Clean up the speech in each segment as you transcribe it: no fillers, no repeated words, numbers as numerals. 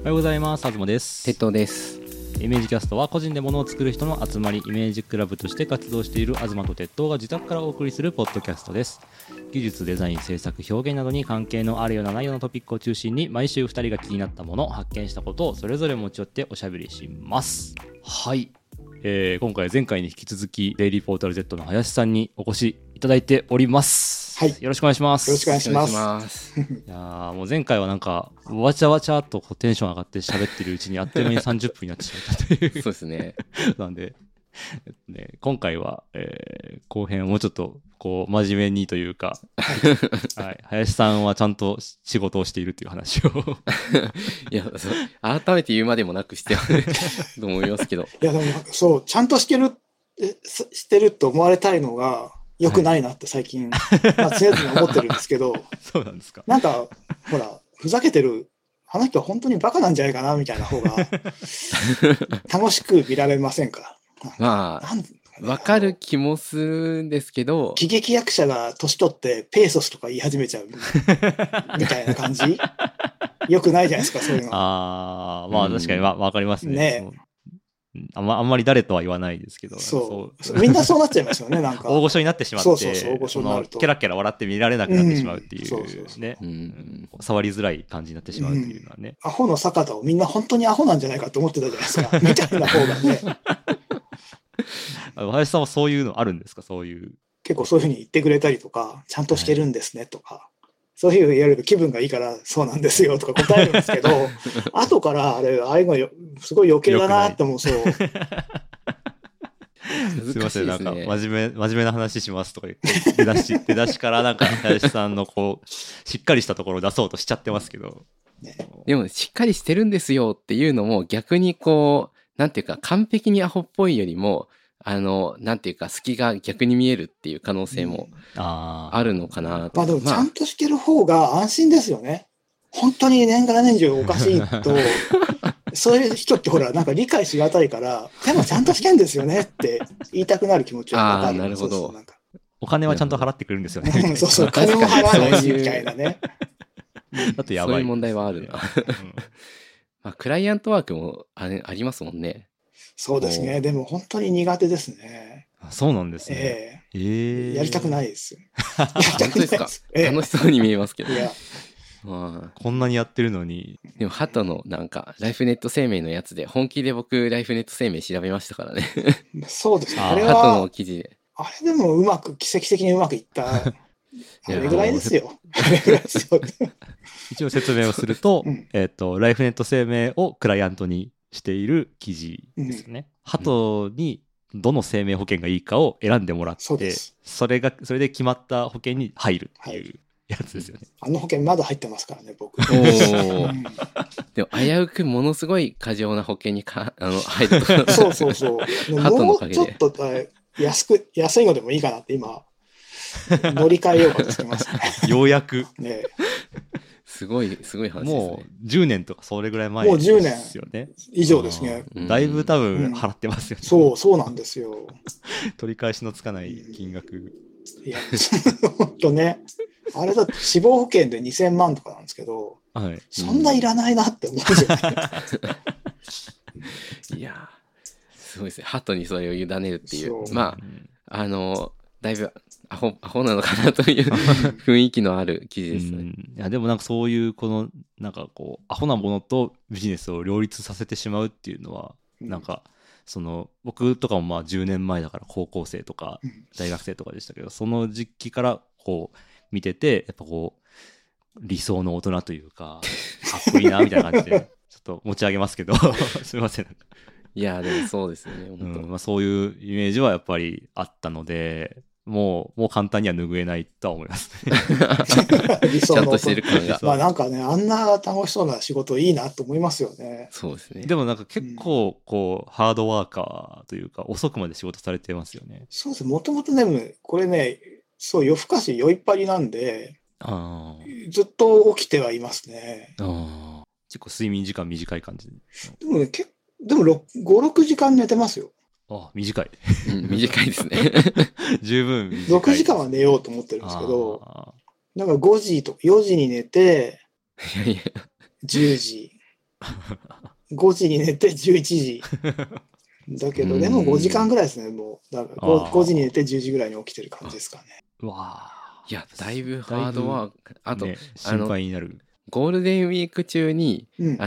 おはようございます。東です。 鉄塔です。 イメージキャストは個人で物を作る人の集まり、イメージクラブとして活動している東と鉄塔が自宅からお送りするポッドキャストです。技術、デザイン、制作、表現などに関係のあるようなないようなトピックを中心に毎週2人が気になったもの、発見したことをそれぞれ持ち寄っておしゃべりします。はい、今回は前回に引き続きデイリーポータル Z の林さんにお越しいただいております。はい、よろしくお願いします。 よろしくお願いします。 いやもう前回はなんかわちゃわちゃっとテンション上がって喋ってるうちにあっという間に30分になってしまったというそうですね。 なんで、今回は、後編をもうちょっとこう真面目にというか、はい、林さんはちゃんと仕事をしているという話をいや、改めて言うまでもなくしてと思いますけど。 いやでもそうちゃんとしてると思われたいのが良くないなって最近、常々思ってるんですけどそうなんですか。 なんかほらふざけてるあの人は本当にバカなんじゃないかなみたいな方が楽しく見られませんか。 まあわかる気もするんですけど、 喜劇役者が年取ってペーソスとか言い始めちゃうみたいな感じ良くないじゃないですか、そういうの。 まあ確かにわかりますね。 ねあんまり誰とは言わないですけど、 そうみんなそうなっちゃいますよね。なんか大御所になってしまって、 大御所になるとケラケラ笑って見られなくなってしまうっていうね、触りづらい感じになってしまうっていうのはね、 アホの坂田をみんな本当にアホなんじゃないかと思ってたじゃないですかみたいな方がね林さんはそういうのあるんですか？そういう結構そういうふうに言ってくれたりとか、ちゃんとしてるんですねとか、そういうふうに言われると気分がいいからそうなんですよとか答えるんですけど後からあれああいうのすごい余計だなって思う。そうすいません、なんか真面目な話しますとか言って出だしからなんか林さんのこうしっかりしたところを出そうとしちゃってますけど、 でもしっかりしてるんですよっていうのも逆にこうなんていうか完璧にアホっぽいよりもなんていうか隙が逆に見えるっていう可能性もあるのかなと。 でもちゃんとしてる方が安心ですよね。本当に年がら年中おかしいとそういう人ってほらなんか理解しがたいから、でもちゃんとしてんですよねって言いたくなる気持ちは分かる。 なるほど。 そうなんかお金はちゃんと払ってくるんですよね。 そう金も払わないしみたいなね。 だってやばい。 そういう問題はあるな。クライアントワークもありますもんね。 そうですね。でも本当に苦手ですね。 そうなんですね。 やりたくないです。 本当ですか？楽しそうに見えますけど。 いやこんなにやってるのに。 でもハトのなんかライフネット生命のやつで本気で僕ライフネット生命調べましたからね。 そうですね。 あれはハトの記事で。 あれでも奇跡的にうまくいった。あれぐらいですよ。 一応説明をすると、ライフネット生命をクライアントにしている記事ですね。ハトにどの生命保険がいいかを選んでもらって、それで決まった保険に入るっていうやつですよね。 あの保険まだ入ってますからね、僕。 でも危うくものすごい過剰な保険に入ると。 そう。もうちょっと安いのでもいいかなって今乗り換えようかとしてますね。 ようやく。 ね。 すごい話ですね。 もう10年とかそれぐらい前ですよね。 もう10年以上ですね。 だいぶ多分払ってますよね。 そうなんですよ。 取り返しのつかない金額。 いや、ほんとね。あれだって死亡保険で2000万とかなんですけど、そんないらないなって思うじゃない。 いや、すごいですね。ハトにそれを委ねるっていう。だいぶアホなのかなという雰囲気のある記事ですね。 いやでもなんかそういうこのなんかこうアホなものとビジネスを両立させてしまうっていうのは、なんかその僕とかもまあ10年前だから高校生とか大学生とかでしたけど、その時期からこう見ててやっぱこう理想の大人というかかっこいいなみたいな感じでちょっと持ち上げますけどすみません。 いやでもそうですよね。 そういうイメージはやっぱりあったので。もう簡単には拭えないとは思いますね。 ちゃんとしてる感が。 なんかね、あんな楽しそうな仕事いいなと思いますよね。 そうですね。 でもなんか結構こう、ハードワーカーというか遅くまで仕事されてますよね。 そうです。もともとね、これね、そう夜更かし酔いっぱりなんで、ずっと起きてはいますね。 結構睡眠時間短い感じ。 でもね、でも5、6時間寝てますよ。 短い。 短いですね。 十分短い。 6時間は寝ようと思ってるんですけど、だから5時とか4時に寝て、10時、 5時に寝て11時。だけど、でも5時間ぐらいですね、もう。だから 5時に寝て10時ぐらいに起きてる感じですかね。 うわいや、だいぶハードワーク。あと、 ね、心配になる。 ゴールデンウィーク中に、もう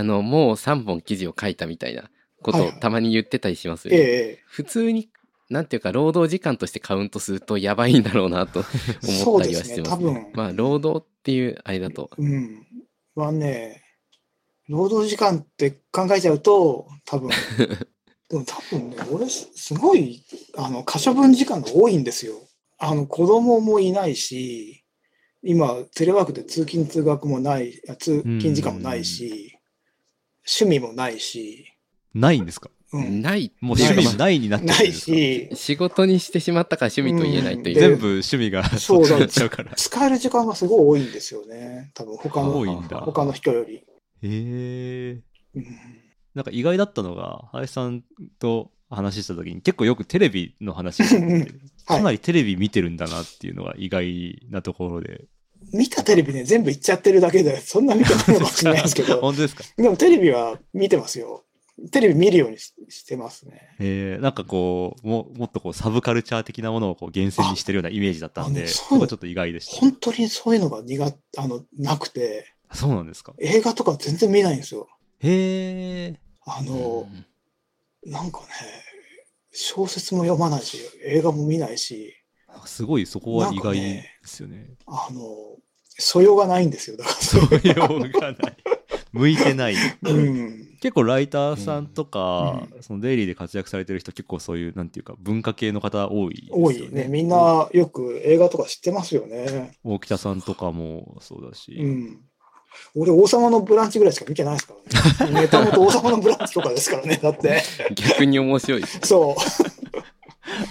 3本記事を書いたみたいなことをたまに言ってたりしますよね。普通に、なんていうか、労働時間としてカウントするとやばいんだろうなと思ったりはしてます。そうですね、多分。まあ、労働っていうあれだと。 まあね、労働時間って考えちゃうと、多分、でも多分ね、俺、すごい、可処分時間が多いんですよ。子供もいないし、今、テレワークで通勤通学もない、通勤時間もないし、趣味もないし。 ないんですか？ ない。 もう趣味ないになっちゃう。ないし。 仕事にしてしまったから趣味と言えないという。 全部趣味がそうなっちゃうから。 使える時間がすごい多いんですよね。多分他の人より。 へえ。なんか意外だったのが、林さんと話した時に結構よくテレビの話が出てかなりテレビ見てるんだなっていうのが意外なところで。 見たテレビね、全部いっちゃってるだけで、そんな見てないのかもしれないですけど。 本当ですか？ でもテレビは見てますよ。テレビ見るようにしてますね。 なんかこう、もっとこうサブカルチャー的なものをこう厳選にしてるようなイメージだったんで、そこはちょっと意外でした。 本当にそういうのがなくて。 そうなんですか？ 映画とか全然見ないんですよ。 へえ。 なんかね、小説も読まないし、映画も見ないし。 すごいそこは意外ですよね。 素養がないんですよ。だから素養がない。向いてない。結構ライターさんとか、そのデイリーで活躍されてる人結構そういうなんていうか文化系の方多いですよね。 多いね。みんなよく映画とか知ってますよね。 大北さんとかもそうだし。 俺、王様のブランチぐらいしか見てないですからね。ネタ元王様のブランチとかですからね、だって。 逆に面白い。 そう。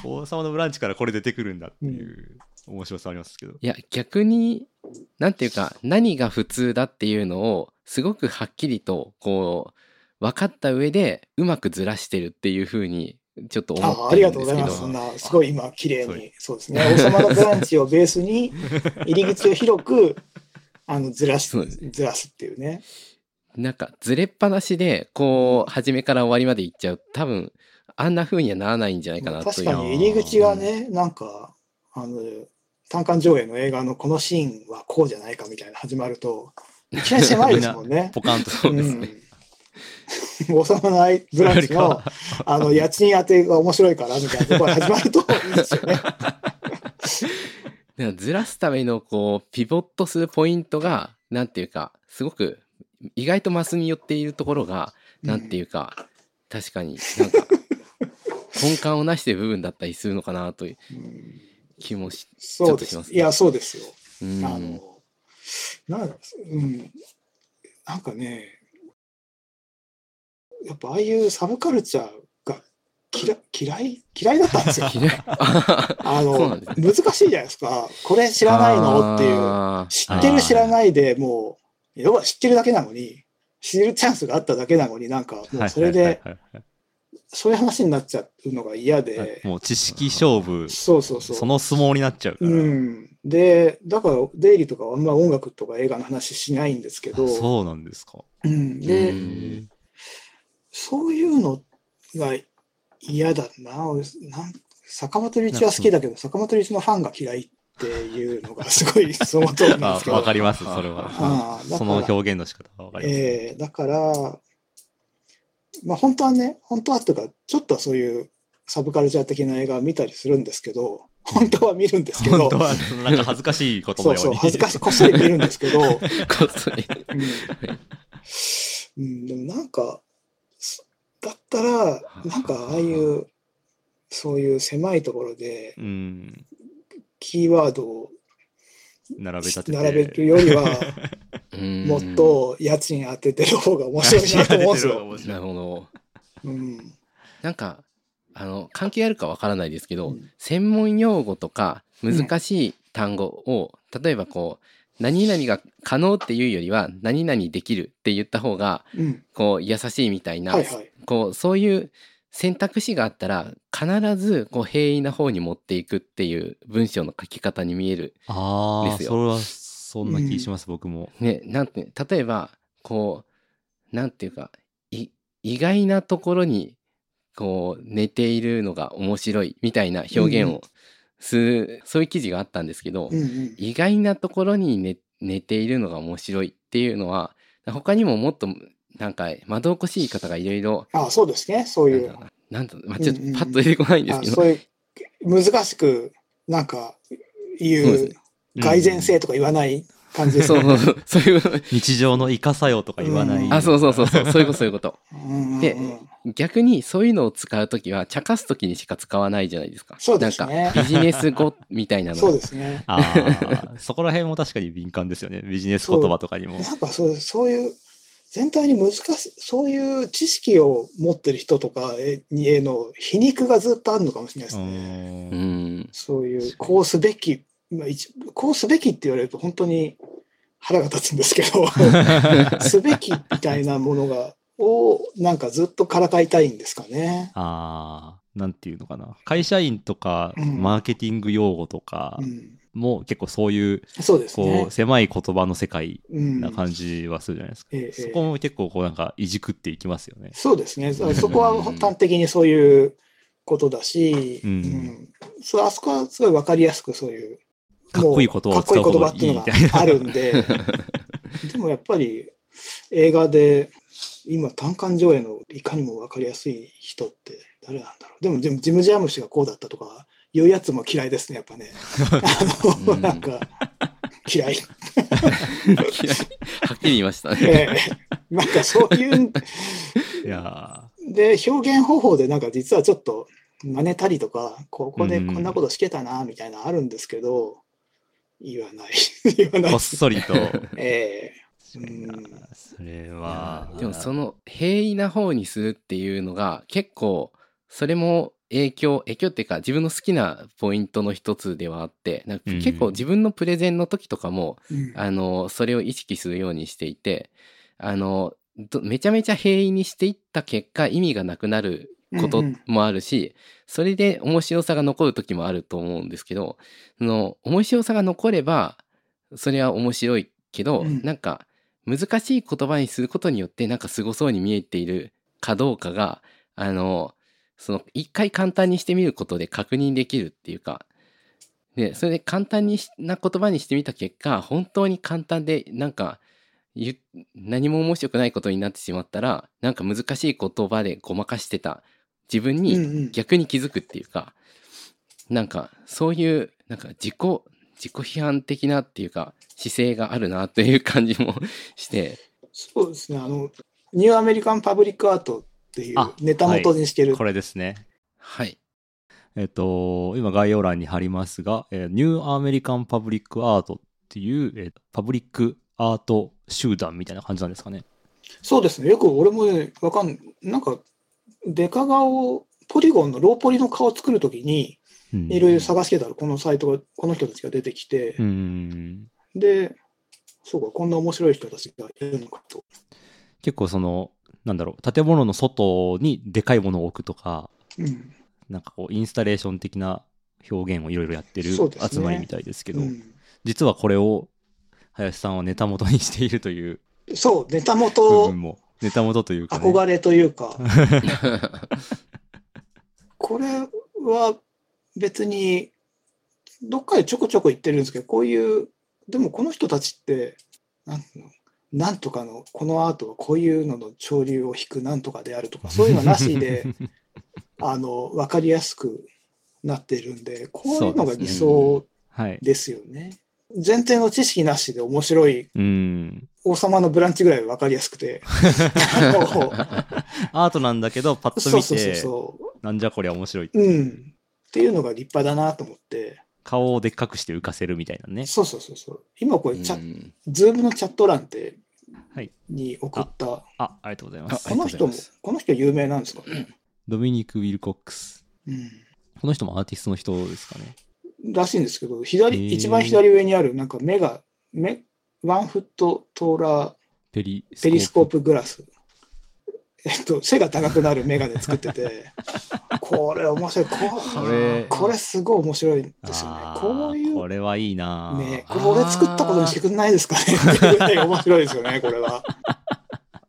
王様のブランチからこれ出てくるんだっていう面白さありますけど。 いや、逆に、なんていうか、何が普通だっていうのを、すごくはっきりと、こう、分かった上で、うまくずらしてるっていうふうに、ちょっと思ってるんですけど。 ありがとうございます。すごい今、綺麗に。そうですね。王様のブランチをベースに、入り口を広く、ずらすっていうね。 なんかずれっぱなしでこう初めから終わりまでいっちゃう、多分あんな風にはならないんじゃないかなという。 確かに入り口がね、なんか単館上映の映画のこのシーンはこうじゃないかみたいな始まるといきなり狭いですもんね。 ポカンとそうですね。 王様のブランチの家賃当てが面白いからみたいなところが始まるといいですよね。 ずらすためのこうピボットするポイントがなんていうかすごく意外とマスに寄っているところがなんていうか、確かになんか根幹をなしている部分だったりするのかなという気もちょっとしますね。 いやそうですよ。なんかね、やっぱああいうサブカルチャーが嫌いだったんですよ。難しいじゃないですか。これ知らないのっていう。知ってる知らないでもう、要は知ってるだけなのに、知るチャンスがあっただけなのになんか、もうそれで、そういう話になっちゃうのが嫌で。 もう知識勝負。 その相撲になっちゃうから。 で、だからデイリーとかはあんま音楽とか映画の話しないんですけど。 そうなんですか。 で、そういうのが嫌だな。坂本龍一は好きだけど、坂本龍一のファンが嫌いっていうのがすごいその通りなんですけど。 わかります、それは。その表現の仕方はわかります。 だから、まあ本当はというか、ちょっとはそういうサブカルチャー的な映画を見たりするんですけど、本当は見るんですけど。 本当はなんか恥ずかしいことのように。 恥ずかしい、こっそり見るんですけど。こっそり。 でもなんか、だったら、なんかああいう、そういう狭いところで、キーワードを並べるよりは、もっと家賃当ててる方が面白いなと思うんですよ。 なるほど。なんか、関係あるかわからないですけど、専門用語とか難しい単語を、例えばこう、何々が可能っていうよりは何々できるって言った方がこう優しいみたいな、こうそういう選択肢があったら必ずこう平易な方に持っていくっていう文章の書き方に見えるんですよ。 それはそんな気します、僕も。 ね、なんて例えばこうなんていうか、意外なところにこう寝ているのが面白いみたいな表現をする、そういう記事があったんですけど、意外なところに寝ているのが面白いっていうのは、他にももっとなんか窓おこしい方がいろいろ、 そうですね、そういう。 ちょっとパッと出てこないんですけど、 そういう難しくなんか言う蓋然性とか言わない感じですね。 そういう日常のイカ作用とか言わない。 そういうこと。で、逆にそういうのを使うときは茶化すときにしか使わないじゃないですか。 そうですね。 なんかビジネス語みたいなの。 そうですね。 そこら辺も確かに敏感ですよね。ビジネス言葉とかにも。 なんかそういう全体に難しい、そういう知識を持ってる人とかへの皮肉がずっとあるのかもしれないですね。そういうこうすべき、こうすべきって言われると本当に腹が立つんですけどすべきみたいなものをなんかずっとからかいたいんですかね。 なんていうのかな、会社員とかマーケティング用語とかも結構そういう、こう狭い言葉の世界な感じはするじゃないですか。そこも結構こうなんかいじくっていきますよね。 そうですね。そこは端的にそういうことだし、あそこはすごいわかりやすくそういうかっこいいことを使う方がいいみたいな。 あるんで、でもやっぱり映画で今単館上映のいかにもわかりやすい人って誰なんだろう。でもジム・ジャーム氏がこうだったとかいうやつも嫌いですね、やっぱね。なんか嫌い。 はっきり言いましたね。 なんかそういうで表現方法でなんか実はちょっと真似たりとか、ここでこんなことしてたなみたいなのあるんですけど、言わない。 こっそりと。 それはでもその平易な方にするっていうのが結構それも影響っていうか自分の好きなポイントの一つではあって、なんか結構自分のプレゼンの時とかも、それを意識するようにしていて、めちゃめちゃ平易にしていった結果意味がなくなることもあるし、それで面白さが残る時もあると思うんですけど、面白さが残ればそれは面白いけど、なんか難しい言葉にすることによってなんかすごそうに見えているかどうかがその一回簡単にしてみることで確認できるっていうか、でそれで簡単な言葉にしてみた結果本当に簡単でなんか何も面白くないことになってしまったら、なんか難しい言葉でごまかしてた自分に逆に気づくっていうか、なんかそういうなんか自己批判的なっていうか姿勢があるなという感じもして。 そうですね。ニューアメリカンパブリックアートっていうネタ元にしてる、 これですね。 はい。 今概要欄に貼りますが、ニューアメリカンパブリックアートっていう、パブリックアート集団みたいな感じなんですかね。 そうですね。よく俺もね、なんかデカ顔ポリゴンのローポリの顔を作るときにいろいろ探してたらこのサイトがこの人たちが出てきて、で、そうか、こんな面白い人たちがいるのかと。 結構なんだろう、建物の外にでかいものを置くとか、なんかこうインスタレーション的な表現をいろいろやってる集まりみたいですけど、実はこれを林さんはネタ元にしているという。 そう、ネタ元というか、 ね、憧れというかこれは別にどっかでちょこちょこ言ってるんですけど、こういうでもこの人たちってなんとかのこのアートはこういうのの潮流を引くなんとかであるとかそういうのなしで分かりやすくなっているんで、こういうのが理想ですよね。前提の知識なしで面白い、王様のブランチぐらい分かりやすくてアートなんだけどパッと見てなんじゃこりゃ面白いっていうのが立派だなと思って、 顔をでっかくして浮かせるみたいなね。 そう今これズームのチャット欄ってに送った、 ありがとうございます。 この人有名なんですかね。 ドミニク・ウィルコックス、この人もアーティストの人ですかね。 らしいんですけど、一番左上にあるなんかワンフットトーラーペリスコープグラス、背が高くなるメガネ作っててこれ面白い、これすごい面白いですよね。 これはいいな、 ね、これ俺作ったことにしてくんないですかねっていうぐらい面白いですよね、これは。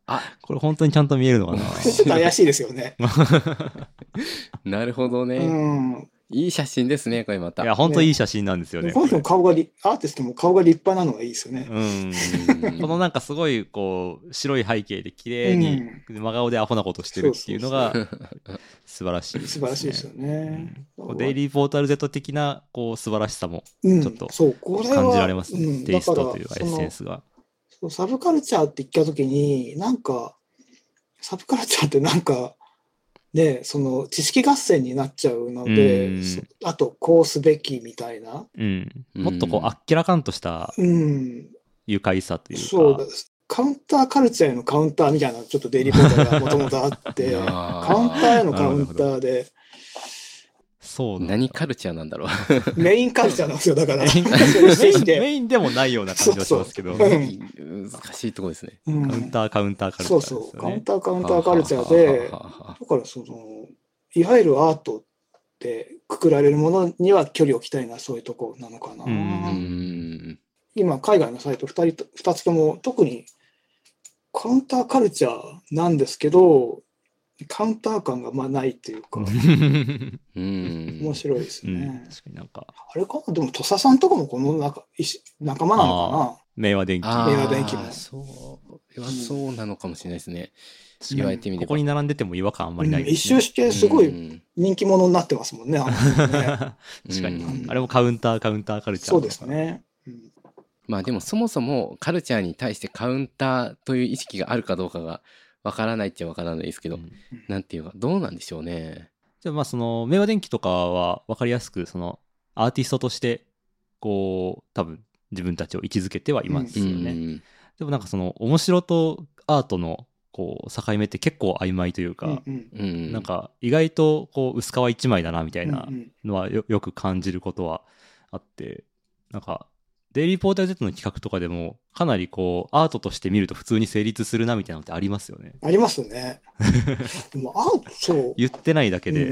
これ本当にちゃんと見えるのかな。 ちょっと怪しいですよね。 なるほどね。いい写真ですね、これまた。 いや、本当いい写真なんですよね。 この人も顔がアーティストも顔が立派なのがいいですよね。 このなんかすごいこう白い背景で綺麗に真顔でアホなことしてるっていうのが素晴らしいですね。 素晴らしいですよね。 デイリーポータル Z 的なこう素晴らしさもちょっと感じられますね。テイストというかエッセンスが。 サブカルチャーって言った時になんかサブカルチャーってなんかね、その知識合戦になっちゃうので、あとこうすべきみたいな、 もっとこうあっけらかんとした愉快さというか、 そうです。カウンターカルチャーへのカウンターみたいなちょっとデイリーポーターがもともとあってカウンターへのカウンターでそう何カルチャーなんだろうメインカルチャーなんですよ。だからメインでもないような感じはしますけど難しいところですね。 カウンターカルチャーですよね。 そうカウンターカルチャーでだからそのいわゆるアートってくくられるものには距離を置きたいな、そういうとこなのかな。今海外のサイト2つとも特にカウンターカルチャーなんですけどカウンター感がまあないっていうか面白いですね。 確かになんかあれかな、でも土佐さんとかもこの仲間なのかな。 明和電機もそうなのかもしれないですね。言われてみればここに並んでても違和感あんまりないですね。 一周してすごい人気者になってますもんね。 確かにあれもカウンターカルチャー。 そうですね。 まあでもそもそもカルチャーに対してカウンターという意識があるかどうかがわからないっちゃわからないですけど、なんていうかどうなんでしょうね。 じゃあまあその明和電機とかはわかりやすくそのアーティストとしてこう多分自分たちを位置づけてはいますよね。でもなんかその面白とアートのこう境目って結構曖昧というか、なんか意外とこう薄皮一枚だなみたいなのはよく感じることはあって、なんかデイリーポータル Z の企画とかでもかなりこうアートとして見ると普通に成立するなみたいなのってありますよね。 ありますね。でもアートそう言ってないだけで、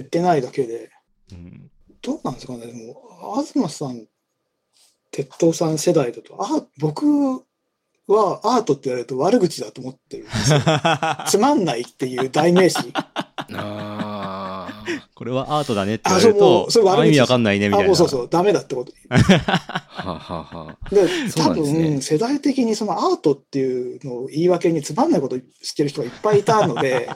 どうなんですかね。でも東さん鉄塔さん世代だと僕はアートって言われると悪口だと思ってるんですよ。つまんないっていう代名詞。 これはアートだねって言われると意味わかんないねみたいな。 そうダメだってこと。で多分世代的にそのアートっていうのを言い訳につまんないことしてる人がいっぱいいたので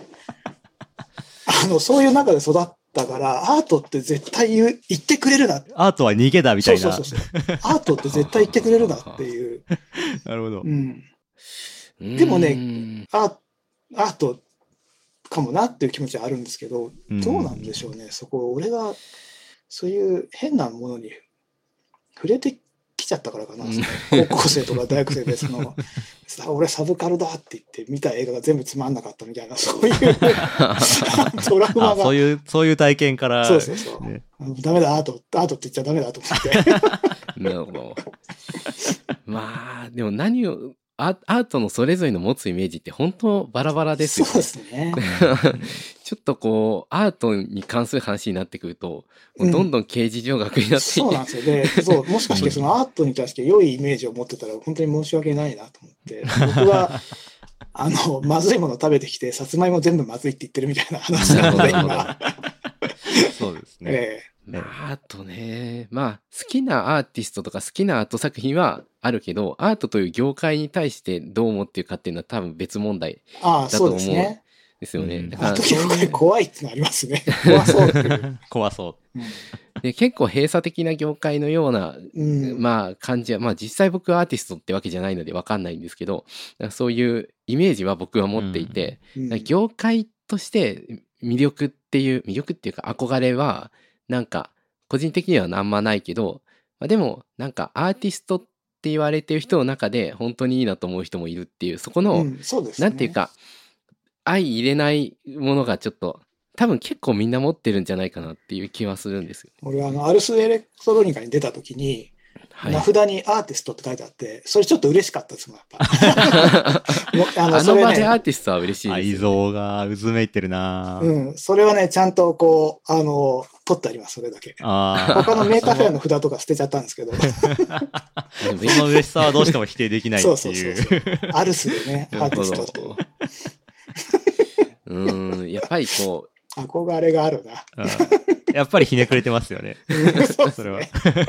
そういう中で育ったからアートって絶対言ってくれるな、 アートは逃げだみたいな。 そうアートって絶対言ってくれるなっていうなるほど、 でもねアートかもなっていう気持ちはあるんですけど、どうなんでしょうね。そこ俺がそういう変なものに触れてきちゃったからかな、高校生とか大学生で俺サブカルだって言って見た映画が全部つまんなかったみたいな、そういうトラウマがそういう体験から、 ね、ダメだアートって言っちゃダメだと思ってなるほど。まあでも何をアートのそれぞれの持つイメージって本当バラバラですよね。 そうですね。 ちょっとこうアートに関する話になってくると、もうどんどん刑事上学になっていて、 そうなんですよね。もしかしてそのアートに対して良いイメージを持ってたら本当に申し訳ないなと思って、僕はまずいもの食べてきてさつまいも全部まずいって言ってるみたいな話なので今。 そうですね。 あとね、まあ好きなアーティストとか好きなアート作品はあるけど、アートという業界に対してどう思ってるかっていうのは多分別問題だと思うんですよね。 だからアート業界怖いってのありますね。怖そうっていう。 怖そう。 で結構閉鎖的な業界のような、まあ感じは、まあ実際僕はアーティストってわけじゃないので分かんないんですけど、そういうイメージは僕は持っていて、業界として魅力っていうか憧れはなんか個人的にはあんまないけど、でもなんかアーティストって言われてる人の中で本当にいいなと思う人もいるっていう、そこの、なんていうか相入れないものがちょっと多分結構みんな持ってるんじゃないかなっていう気はするんですよ。 俺アルスエレクトロニカに出た時に、名札にアーティストって書いてあって、それちょっと嬉しかったですもん、やっぱ。 あの場でアーティストは嬉しいです、ね。 愛憎が渦めいてるな。 それはね、ちゃんとこう、取ってあります、それだけ。他のメーカーフェアの札とか捨てちゃったんですけど。その嬉しさはどうしても否定できないっていう。 アルスでね、アーティストって。 やっぱりこう。憧れがあるな。 やっぱりひねくれてますよね。それは。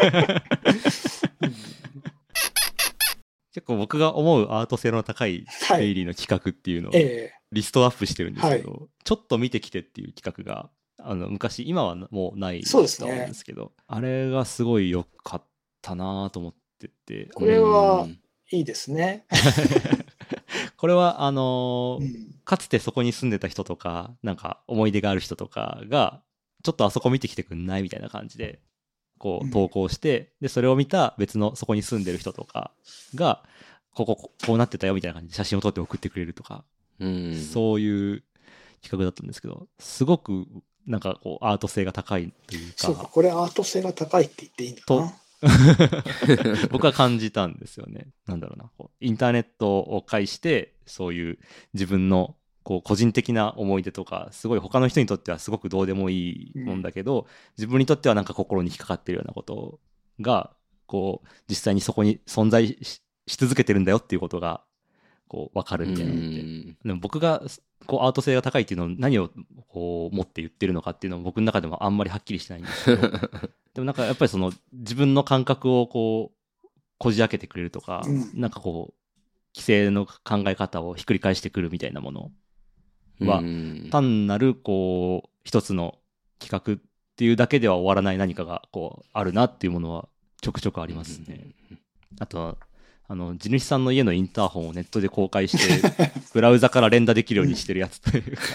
結構僕が思うアート性の高いデイリーの企画っていうのをリストアップしてるんですけど、ちょっと見てきてっていう企画が昔、今はもうないと思うんですけど、あれがすごい良かったなと思ってて。 これはいいですね。 これはかつてそこに住んでた人とか、なんか思い出がある人とかが、ちょっとあそこ見てきてくんないみたいな感じで、こう投稿して、で、それを見た別のそこに住んでる人とかが、こうなってたよみたいな感じで写真を撮って送ってくれるとか、そういう企画だったんですけど、すごくなんかこうアート性が高いというか。 そうか、これアート性が高いって言っていいのかな。 僕は感じたんですよね。なんだろうな、インターネットを介してそういう自分のこう個人的な思い出とか、すごい他の人にとってはすごくどうでもいいもんだけど、自分にとってはなんか心に引っかかってるようなことがこう実際にそこに存在 し続けてるんだよっていうことがこう分かるみたいなので、でも僕がこうアート性が高いっていうのを何をこう持って言ってるのかっていうのも僕の中でもあんまりはっきりしてないんですけどでもなんかやっぱりその自分の感覚をこうこじ開けてくれるとか、なんかこう規制の考え方をひっくり返してくるみたいなものは、単なるこう一つの企画っていうだけでは終わらない何かがこうあるなっていうものはちょくちょくありますね。あとは地主さんの家のインターホンをネットで公開してブラウザから連打できるようにしてるやつというか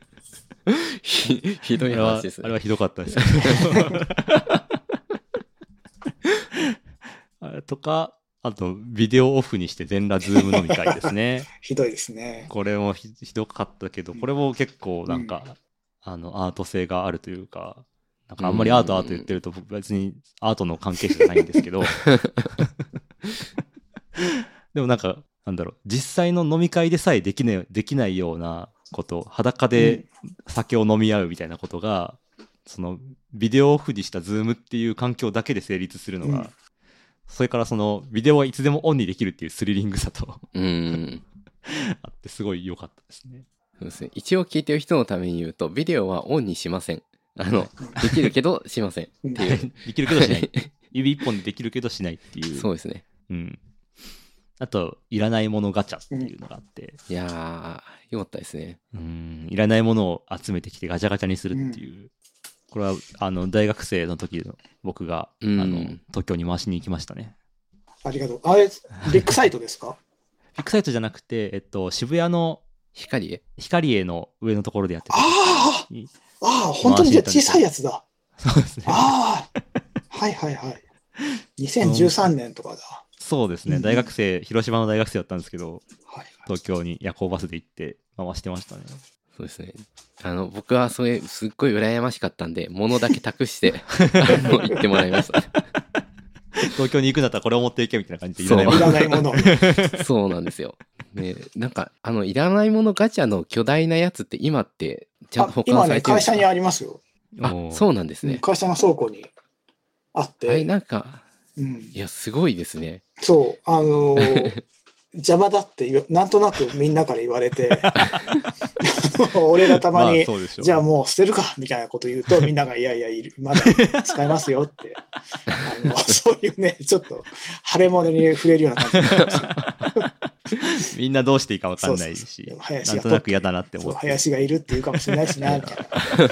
ひどい話ですね。 あれはひどかったですとか、あとビデオオフにして全裸ズーム飲み会ですね。 ひどいですね。 これもひどかったけど、これも結構なんか、アート性があるというか、なんかあんまりアート言ってると僕別にアートの関係者じゃないんですけどでもなんかなんだろう、実際の飲み会でさえできないようなこと、裸で酒を飲み合うみたいなことが、そのビデオオフにしたズームっていう環境だけで成立するのが、それからそのビデオはいつでもオンにできるっていうスリリングさとあってすごい良かったですね。 そうですね。一応聞いてる人のために言うと、ビデオはオンにしません。できるけどしませんっていう。 できるけどしない。指一本でできるけどしないっていう。 そうですね。 あと、いらないものガチャっていうのがあって。 いやー、よかったですね。 いらないものを集めてきてガチャガチャにするっていう。これは、大学生の時の僕が、東京に回しに行きましたね。 ありがとう。あれ、ビッグサイトですか？ ビッグサイトじゃなくて、渋谷の光栄の上のところでやってた。 ああ、本当にじゃ小さいやつだ。 そうですね。 ああ、はいはいはい。2013年とかだ。 そうですね。大学生、広島の大学生だったんですけど、東京に夜行バスで行って回してましたね。 そうですね。僕はそれすっごい羨ましかったんで、物だけ託して行ってもらいました。 東京に行くんだったらこれを持っていけみたいな感じでいらないもの。 そうなんですよ。ね、なんかいらないものガチャの巨大なやつって今ってちゃんと保管されてるんですか？ 今ね、会社にありますよ。 そうなんですね。 会社の倉庫にあって。 なんか、いやすごいですね。 そう、邪魔だってなんとなくみんなから言われて俺がたまに、じゃあもう捨てるかみたいなこと言うとみんながいやまだ使えますよってそういうねちょっと腫れ物に触れるような感じになりますみんなどうしていいか分かんないし、なんとなく嫌だなって思って、 林がいるっていうかもしれないしなみたいな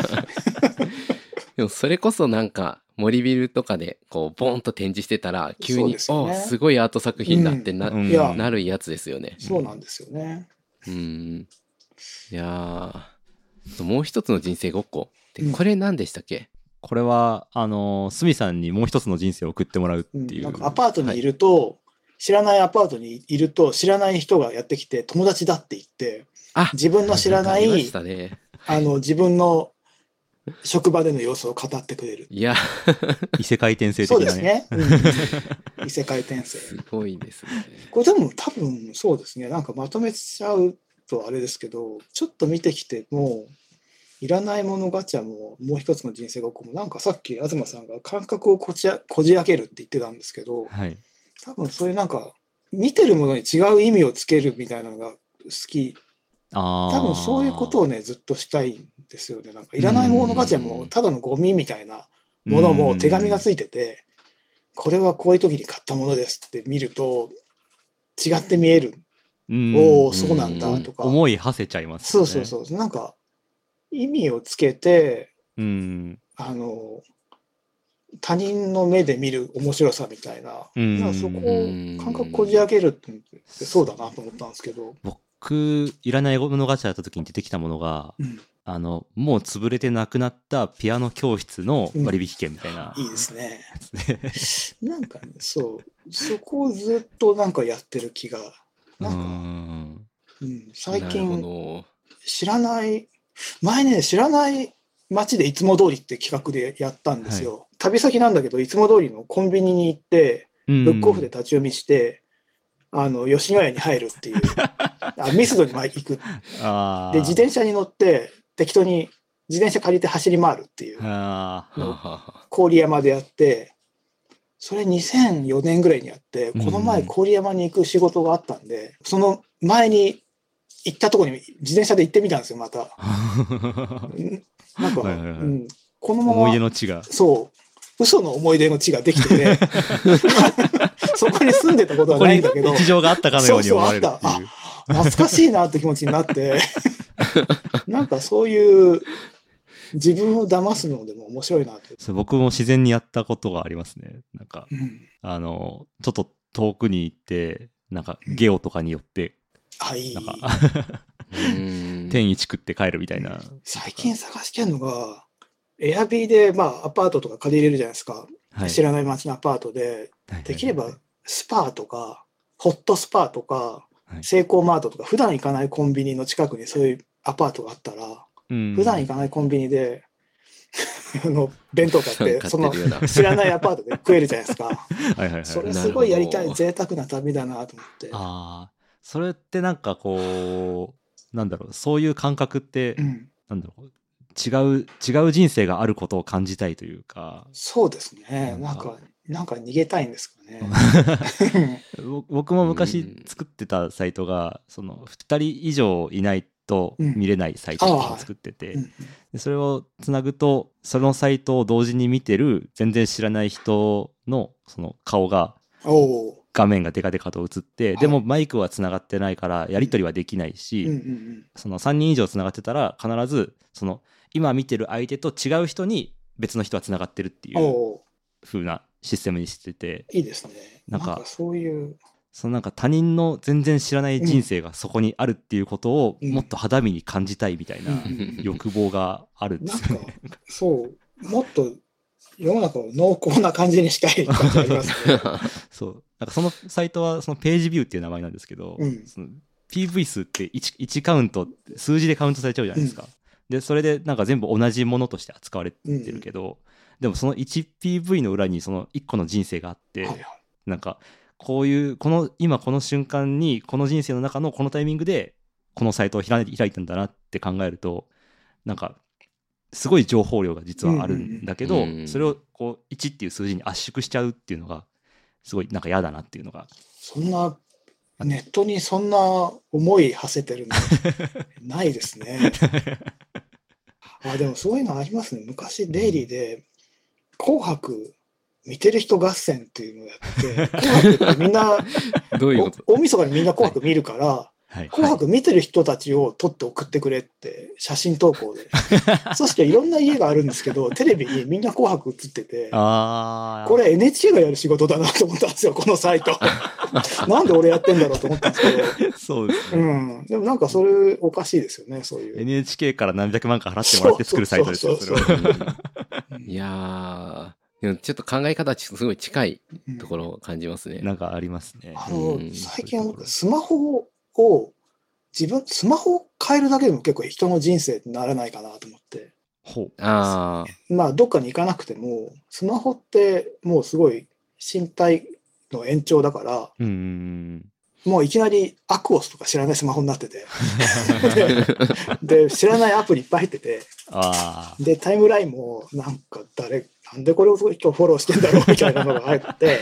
でもそれこそなんか森ビルとかでこうボーンと展示してたら急にすごいアート作品だってなるやつですよね。 そうなんですよね。 いやもう一つの人生ごっこってこれ何でしたっけ？ これは鷲見さんにもう一つの人生を送ってもらうっていう。 なんかアパートにいると、知らないアパートにいると知らない人がやってきて友達だって言って自分の知らない自分の職場での様子を語ってくれる。 いや異世界転生的なね。 そうですね。異世界転生。 すごいですね。 これでも多分そうですね。なんかまとめちゃうとあれですけど、ちょっと見てきてもいらないものガチャももう一つの人生ごっこもなんかさっき東さんが感覚をこじ開けるって言ってたんですけど、多分そういうなんか見てるものに違う意味をつけるみたいなのが好き多分そういうことをね、ずっとしたいんですよね。なんかいらないものガチャも、ただのゴミみたいなものも手紙がついてて、これはこういう時に買ったものですって見ると、違って見える。おお、そうなんだとか。 思い馳せちゃいますね。 そうそうそう。なんか、意味をつけて、他人の目で見る面白さみたいな、そこを感覚こじ開けるってそうだなと思ったんですけど。 僕、いらないものガチャやった時に出てきたものが、もう潰れてなくなったピアノ教室の割引券みたいな、 いいですね。なんかね、そこをずっとなんかやってる気が、なんか、最近知らない、前ね、知らない街でいつも通りって企画でやったんですよ。はい、旅先なんだけど、いつも通りのコンビニに行って、ブックオフで立ち読みして、吉野家に入るっていう、ミスドに行く。で、自転車に乗って、適当に自転車借りて走り回るっていうのを郡山でやって、それ2004年ぐらいにやって、この前郡山に行く仕事があったんで、その前に行ったところに自転車で行ってみたんですよ、また。なんか、このまま、 思い出の地が。 そう、嘘の思い出の地ができてて、そこに住んでたことはないんだけど、 日常があったかのように思われるっていう。 懐かしいなって気持ちになって、なんかそういう自分を騙すのでも面白いなって。 僕も自然にやったことがありますね。なんか、ちょっと遠くに行って、なんかゲオとかによって、なんか天一食って帰るみたいな。 最近探してるのが、エアビーで、アパートとか借りれるじゃないですか。はい、知らない街のアパートで、できればスパーとか、ホットスパーとか、セイコーマートとか、普段行かないコンビニの近くにそういうアパートがあったら、普段行かないコンビニで、弁当買って、その知らないアパートで食えるじゃないですか。それすごいやりたい、贅沢な旅だなと思って。 それってなんかこう、なんだろう、そういう感覚って、なんだろう、違う人生があることを感じたいというか。 そうですね。なんか逃げたいんですかね。 僕も昔作ってたサイトが、その2人以上いないと見れないサイトを作ってて、でそれをつなぐと、そのサイトを同時に見てる全然知らない人のその顔が、画面がデカデカと映って、でもマイクはつながってないからやり取りはできないし、その3人以上つながってたら必ずその今見てる相手と違う人に別の人はつながってるっていう風なシステムにしてて、 いいですね。なんかそういうそのなんか他人の全然知らない人生がそこにあるっていうことをもっと肌身に感じたいみたいな欲望があるんですよね。 そうもっと世の中を濃厚な感じにしたい感じありますね。 そうなんかそのサイトはそのページビューっていう名前なんですけど、その PV 数って 1カウント数字でカウントされちゃうじゃないですか。でそれでなんか全部同じものとして扱われてるけど、でもその 1PV の裏にその1個の人生があって、なんかこういう今この瞬間にこの人生の中のこのタイミングでこのサイトを開いたんだなって考えると、なんかすごい情報量が実はあるんだけど、それをこう1っていう数字に圧縮しちゃうっていうのがすごいなんか嫌だなっていうのが。 そんなネットにそんな思い馳せてるのないですね。でもそういうのありますね。昔デイリーで紅白見てる人合戦っていうのをやって、紅白ってみんなどういうこと大晦日にみんな紅白見るから、紅白見てる人たちを撮って送ってくれって写真投稿で。そしていろんな家があるんですけど、テレビにみんな紅白映ってて、これ NHK がやる仕事だなと思ったんですよ、このサイト。なんで俺やってんだろうと思ったんですけど。 そうですね。 でもなんかそれおかしいですよね、そういう。 NHK から何百万か払ってもらって作るサイトですよ、それは。 いやー、ちょっと考え方すごい近いところを感じますね。 なんかありますね。 最近僕スマホをスマホを変えるだけでも結構人の人生にならないかなと思って。どっかに行かなくても、スマホってもうすごい身体の延長だから、もういきなりアクオスとか知らないスマホになっててで知らないアプリいっぱい入ってて、でタイムラインもなんかなんでこれを人フォローしてんだろうみたいなのが入って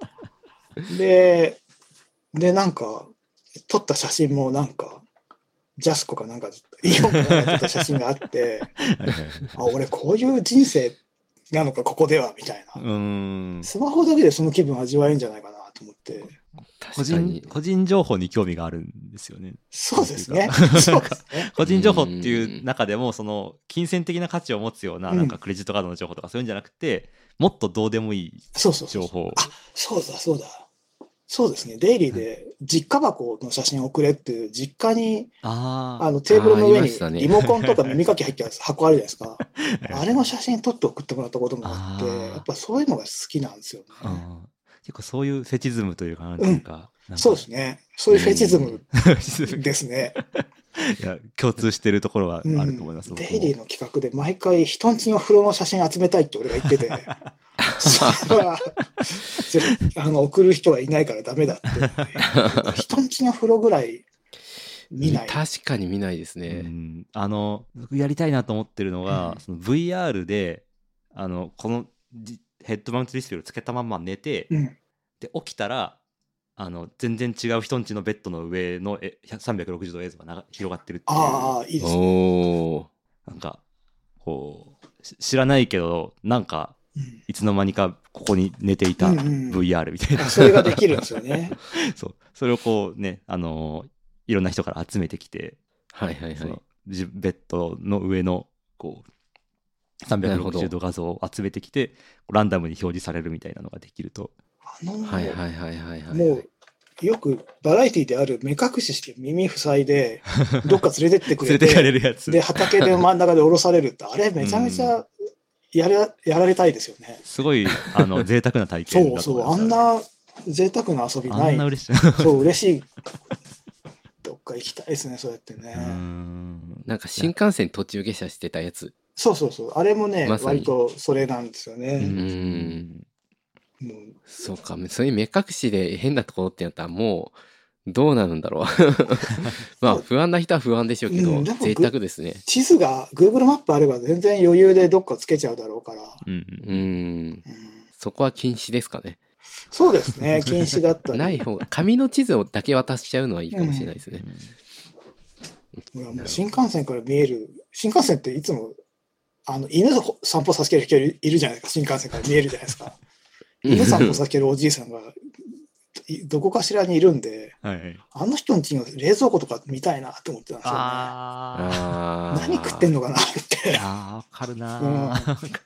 でなんか撮った写真もなんかジャスコかなんかイオンかなんか撮った写真があってあ、俺こういう人生なのかここではみたいな、スマホだけでその気分味わえるんじゃないかなと思って。 個人情報に興味があるんですよね。 そうですね。 個人情報っていう中でもその金銭的な価値を持つようななんかクレジットカードの情報とかそういうんじゃなくて、もっとどうでもいい情報。 そうだ。そうですね。デイリーで実家箱の写真を送れっていう実家にテーブルの上にリモコンとか耳かき入ってる箱あるじゃないですか。あれの写真撮って送ってもらったこともあって、やっぱそういうのが好きなんですよね。 結構そういうフェチズムというかなんていうか、 そうですね。そういうフェチズムですね。 いや共通してるところはあると思います。 デイリーの企画で毎回人んちの風呂の写真集めたいって俺が言ってて送る人がいないからダメだって人んちの風呂ぐらい見ない。 確かに見ないですね。 僕やりたいなと思ってるのが、その VR でこのヘッドマウントディスプレイをつけたまま寝て、で起きたら全然違う人んちのベッドの上の360度映像が広がってるっていう。 いいですね。 なんかこう知らないけどなんかいつの間にかここに寝ていた VR みたいな、 それができるんですよね。 それをこうねいろんな人から集めてきて、ベッドの上のこう360度画像を集めてきてランダムに表示されるみたいなのができると。もうよくバラエティである目隠しして耳塞いでどっか連れてってくれて連れてかれるやつで畑で真ん中で降ろされるってあれめちゃめちゃやられたいですよね。 すごい贅沢な体験だと思います。 あんな贅沢な遊びない。 あんな嬉しい嬉しい。どっか行きたいですね、そうやってね。 なんか新幹線途中下車してたやつ。 そうあれもね、割とそれなんですよね。 そうか、そういう目隠しで変なところってなったらもうどうなるんだろう。まあ不安な人は不安でしょうけど、贅沢ですね。 地図が Google マップあれば全然余裕でどっかつけちゃうだろうから。 そこは禁止ですかね。 そうですね、禁止だったり。 ない方が紙の地図をだけ渡しちゃうのはいいかもしれないですね。 もう新幹線から見える、新幹線っていつも犬と散歩させる人いるじゃないですか。新幹線から見えるじゃないですか。犬散歩させるおじいさんがどこかしらにいるんで、あの人の家の冷蔵庫とか見たいなって思ってたんですよね。何食ってんのかなって。 わかるな。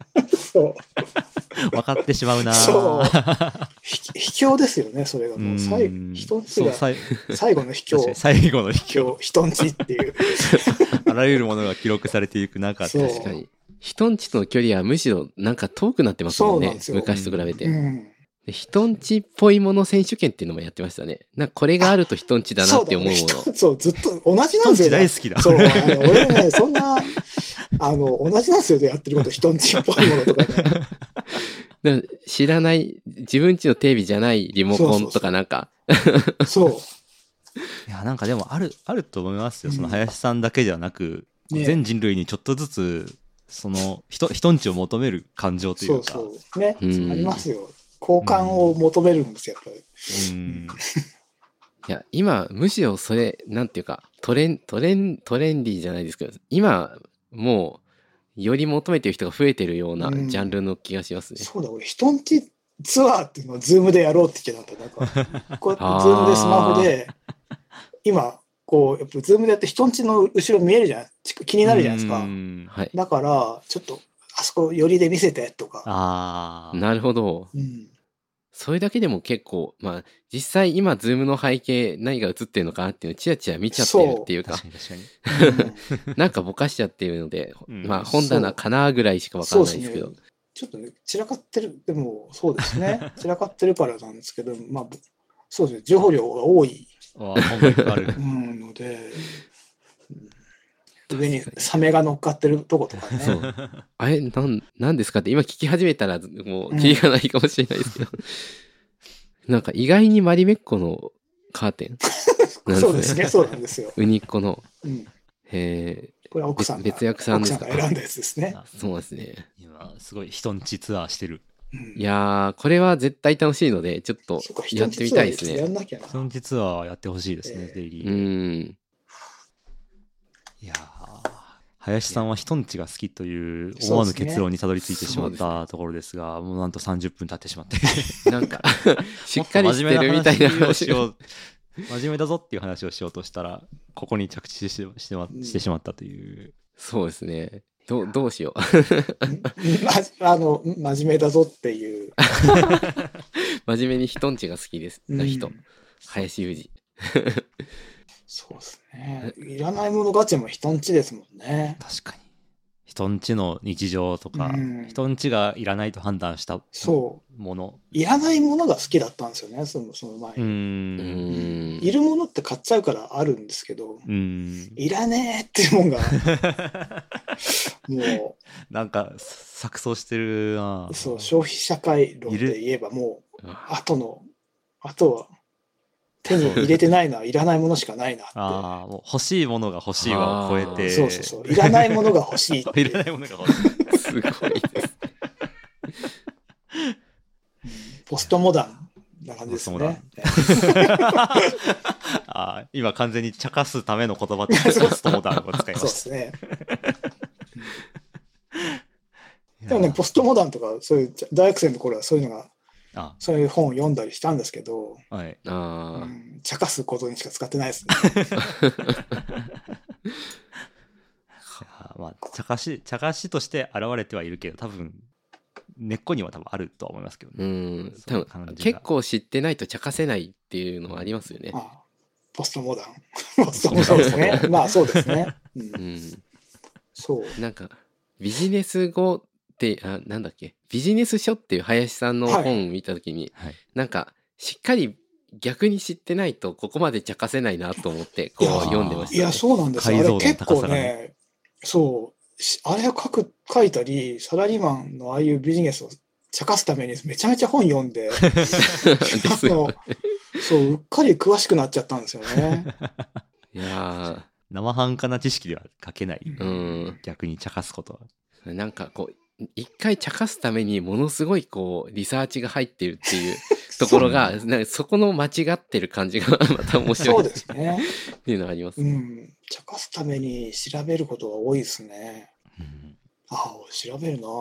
分かってしまうな。 秘境ですよね、それがもう人んちが最後の秘境。人んちっていう。 あらゆるものが記録されていく中、確かに。人んちとの距離はむしろなんか遠くなってますもんね。昔と比べて。人んちっぽいもの選手権っていうのもやってましたね。なんかこれがあると人んちだなって思うもの。 そう、ずっと同じなんですよ。 大好きだ。 そう、俺ね、そんな、同じなんですよ、やってること、人んちっぽいものとかね。知らない、自分ちのテレビじゃないリモコンとかなんか。 そう。 いや、なんかでもあると思いますよ。その林さんだけではなく、全人類にちょっとずつ、その人んちを求める感情というか。 そうね、ありますよ。交換を求めるんですよ、やっぱり。 いや、今、むしろそれ、なんていうか、トレンディーじゃないですけど、今、もう、より求めてる人が増えてるようなジャンルの気がしますね。 そうだ、俺、人んちツアーっていうのをズームでやろうって言ってたんだ。なんか、こうやってズームでスマホで、今、こう、やっぱズームでやって人んちの後ろ見えるじゃん。気になるじゃないですか。だから、ちょっと、あそこ寄りで見せてとか。 なるほど。それだけでも結構、まあ、実際今、ズームの背景何が映ってるのかなっていうのをチラチラ見ちゃってるっていうか、なんかぼかしちゃってるので、まあ、本棚かなぐらいしかわからないですけど。 ちょっとね、散らかってる、でも、そうですね。散らかってるからなんですけど、まあ、そうですね、情報量が多いので、上にサメが乗っかってるとことかね。 あれ、なんですかって今聞き始めたらもうキリがないかもしれないですけど。なんか意外にマリメッコのカーテン。 そうですね、そうなんですよ。 ウニッコの。 これは奥さんが別役さんですか。 奥さんが選んだやつですね。 そうですね。 今、すごい人んちツアーしてる。 いやー、これは絶対楽しいので、ちょっとやってみたいですね。 人んちツアーやってほしいですね、デイリー。 いや林さんは人んちが好きという思わぬ結論にたどり着いてしまったところですが、もうなんと30分経ってしまってなんかしっかりしてるみたいな話を真面目だぞっていう話をしようとしたらここに着地してしまったという。 そうですね。どうしよう真面目だぞっていう真面目に人んちが好きです人、林裕二そうですね。いらないものガチも人んちですもんね。 確かに。人んちの日常とか、人んちがいらないと判断したもの。 いらないものが好きだったんですよね、その前に。いるものって買っちゃうからあるんですけど、いらねえっていうもんが、もう。なんか、錯綜してるな。 そう、消費社会論で言えばもう、あとは、手に入れてないのはいらないものしかないなって。 ああ、もう欲しいものが欲しいを超えて。 そう。いらないものが欲しいって。 いらないものが欲しい。 すごいです。 ポストモダンな感じですね。 今完全に茶化すための言葉としてポストモダンを使いました。 そうですね。でもね、ポストモダンとか、そういう大学生の頃はそういうのが、そういう本を読んだりしたんですけど、茶化すことにしか使ってないですね。 まあ、茶化しとして現れてはいるけど、多分根っこには多分あるとは思いますけどね。 多分結構知ってないと茶化せないっていうのはありますよね。 ポストモダン。ポストモダンですね。まあそうですね。そう。 なんかビジネス語なんだっけ、ビジネス書っていう林さんの本を見たときに、なんかしっかり逆に知ってないとここまで茶化せないなと思ってこう読んでました、ね。 いやそうなんですよ。あれ結構ね、そうあれを書いたりサラリーマンのああいうビジネスを茶化すためにめちゃめちゃ本読んでそううっかり詳しくなっちゃったんですよね。 いや生半可な知識では書けない、逆に茶化すことは。 なんかこう一回茶化すためにものすごいこうリサーチが入ってるっていうところがそこの間違ってる感じがまた面白いですねっていうのがあります、 茶化すために調べることが多いですね。調べるな、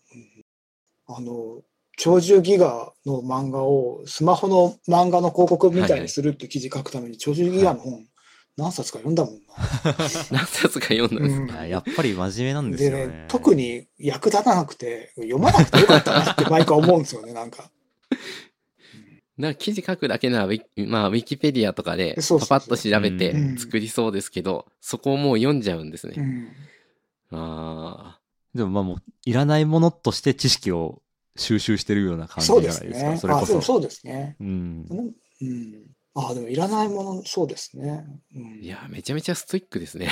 鳥獣ギガの漫画をスマホの漫画の広告みたいにするって記事書くために鳥獣ギガの本何冊か読んだもんな。 何冊か読んだんですか。 やっぱり真面目なんですよね。 でね、特に役立たなくて読まなくてよかったなって毎回思うんですよね、なんか。 記事書くだけならウィキペディアとかでパパッと調べて作りそうですけど、そこをもう読んじゃうんですね。 でももういらないものとして知識を収集してるような感じじゃないですか。それこそ。 そうですね。でもいらないもの、そうですね。 いやめちゃめちゃストイックですね。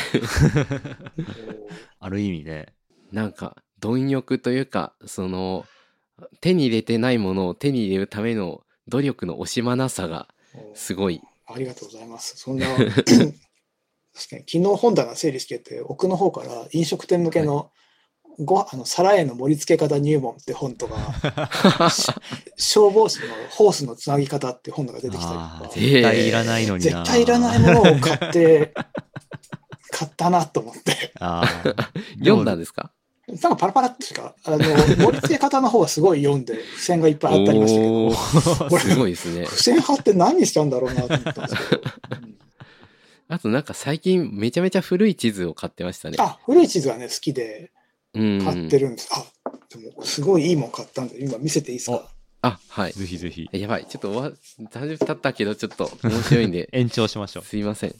ある意味ね。 なんか貪欲というか、その手に入れてないものを手に入れるための努力の惜しまなさがすごい。 ありがとうございます。そんな昨日本棚整理してて奥の方から飲食店向けの皿への盛り付け方入門って本とか消防士のホースのつなぎ方って本が出てきたりとか、 絶対いらないのにな、 絶対いらないものを買ったなと思って読んだんですか。 なんかパラパラってしか盛り付け方の方はすごい読んで付箋がいっぱいあったりましたけど、 すごいですね。 付箋貼って何にしたんだろうなと思ったんですけど、 あとなんか最近めちゃめちゃ古い地図を買ってましたね。 古い地図はね好きで買ってるんです。でもすごいいいもん買ったんで今見せていいですか。 はい。 ぜひぜひ。 やばい、ちょっと30分経ったけどちょっと面白いんで延長しましょう。 すいません。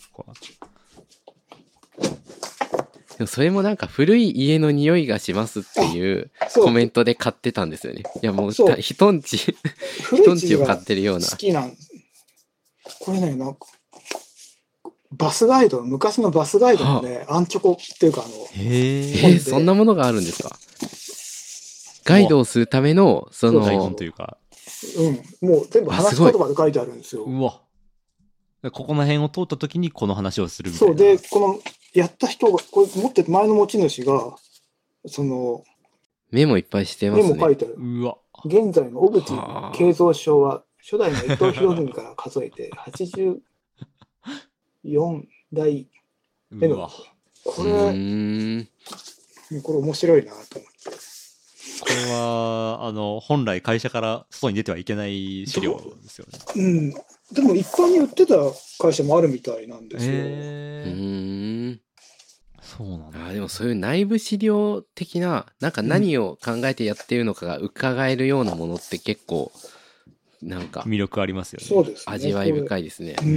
でもそれもなんか古い家の匂いがしますっていうコメントで買ってたんですよね。いやもう人んちを買ってるような。 好きなんこれね、なんかバスガイド、昔のバスガイドのね、アンチョコっていうかそんなものがあるんですか。ガイドをするためのその台本というか、 もう全部話し言葉で書いてあるんですよ。 うわ。ここの辺を通った時にこの話をするみたいな。 そうで、このやった人がこれ持ってて前の持ち主がそのメモいっぱいしてますね。 メモ書いてある。 うわ。 現在の小渕慶三賞は初代の伊藤博文から数えて84代目のこれ面白いなと思って。 これは本来会社から外に出てはいけない資料ですよね。 うん。でも一般に売ってた会社もあるみたいなんですよ。 そうなんだ。 でもそういう内部資料的な、なんか何を考えてやってるのかが伺えるようなものって結構なんか魅力ありますよね。 そうですね。 味わい深いですね。 うん。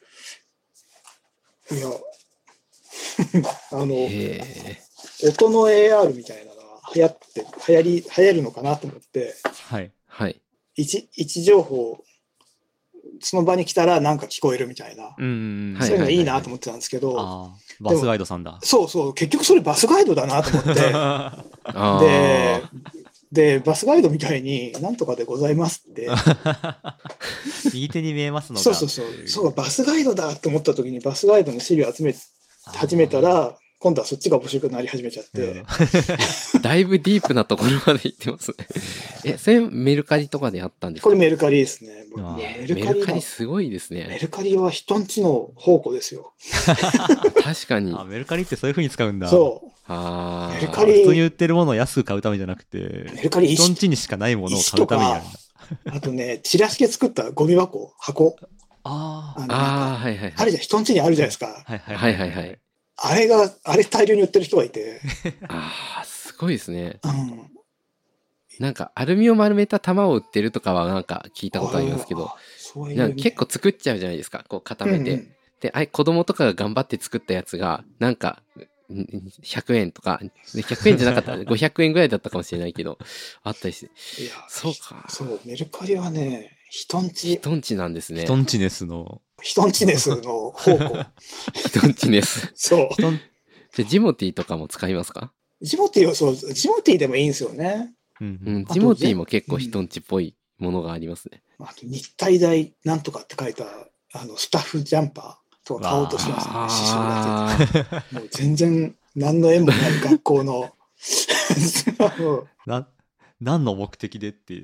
いや、音の AR みたいなのが流行るのかなと思って、 はいはい。 位置情報、その場に来たらなんか聞こえるみたいな、そういうのいいなと思ってたんですけど、 バスガイドさんだ。 そうそう、結局それバスガイドだなと思って、で、バスガイドみたいになんとかでございますって。 右手に見えますのか。 そう、バスガイドだと思った時にバスガイドの資料集め始めたら、今度はそっちが面白くなり始めちゃって。 だいぶディープなところまで行ってますね。それメルカリとかであったんですか？ これメルカリですね。 メルカリすごいですね。 メルカリは人んちの宝庫ですよ。 確かに。 メルカリってそういう風に使うんだ。 そう。 メルカリ。普通に売ってるものを安く買うためじゃなくて、 メルカリ人んちにしかないものを買うためにあるんだ。 あとね、チラシで作ったゴミ箱。 はいはい。 あれじゃ人んちにあるじゃないですか。 はいはいはい。 あれ大量に売ってる人がいて。 すごいですね。なんかアルミを丸めた玉を売ってるとかはなんか聞いたことありますけど、結構作っちゃうじゃないですか。こう固めて。で、子供とかが頑張って作ったやつが、なんか、100円とか、100円じゃなかったら500円ぐらいだったかもしれないけど、あったりして。そうか。 そう、メルカリはね、人んちなんですね。 人んちネスの宝庫。 人んちネス。 そう。 じゃあジモティーとかも使いますか？ ジモティーでもいいんですよね。 ジモティーも結構人んちっぽいものがありますね。 あと日体大なんとかって書いたスタッフジャンパーとか買おうとしますね。刺繍がもう全然何の縁もない学校の何の目的でっていう。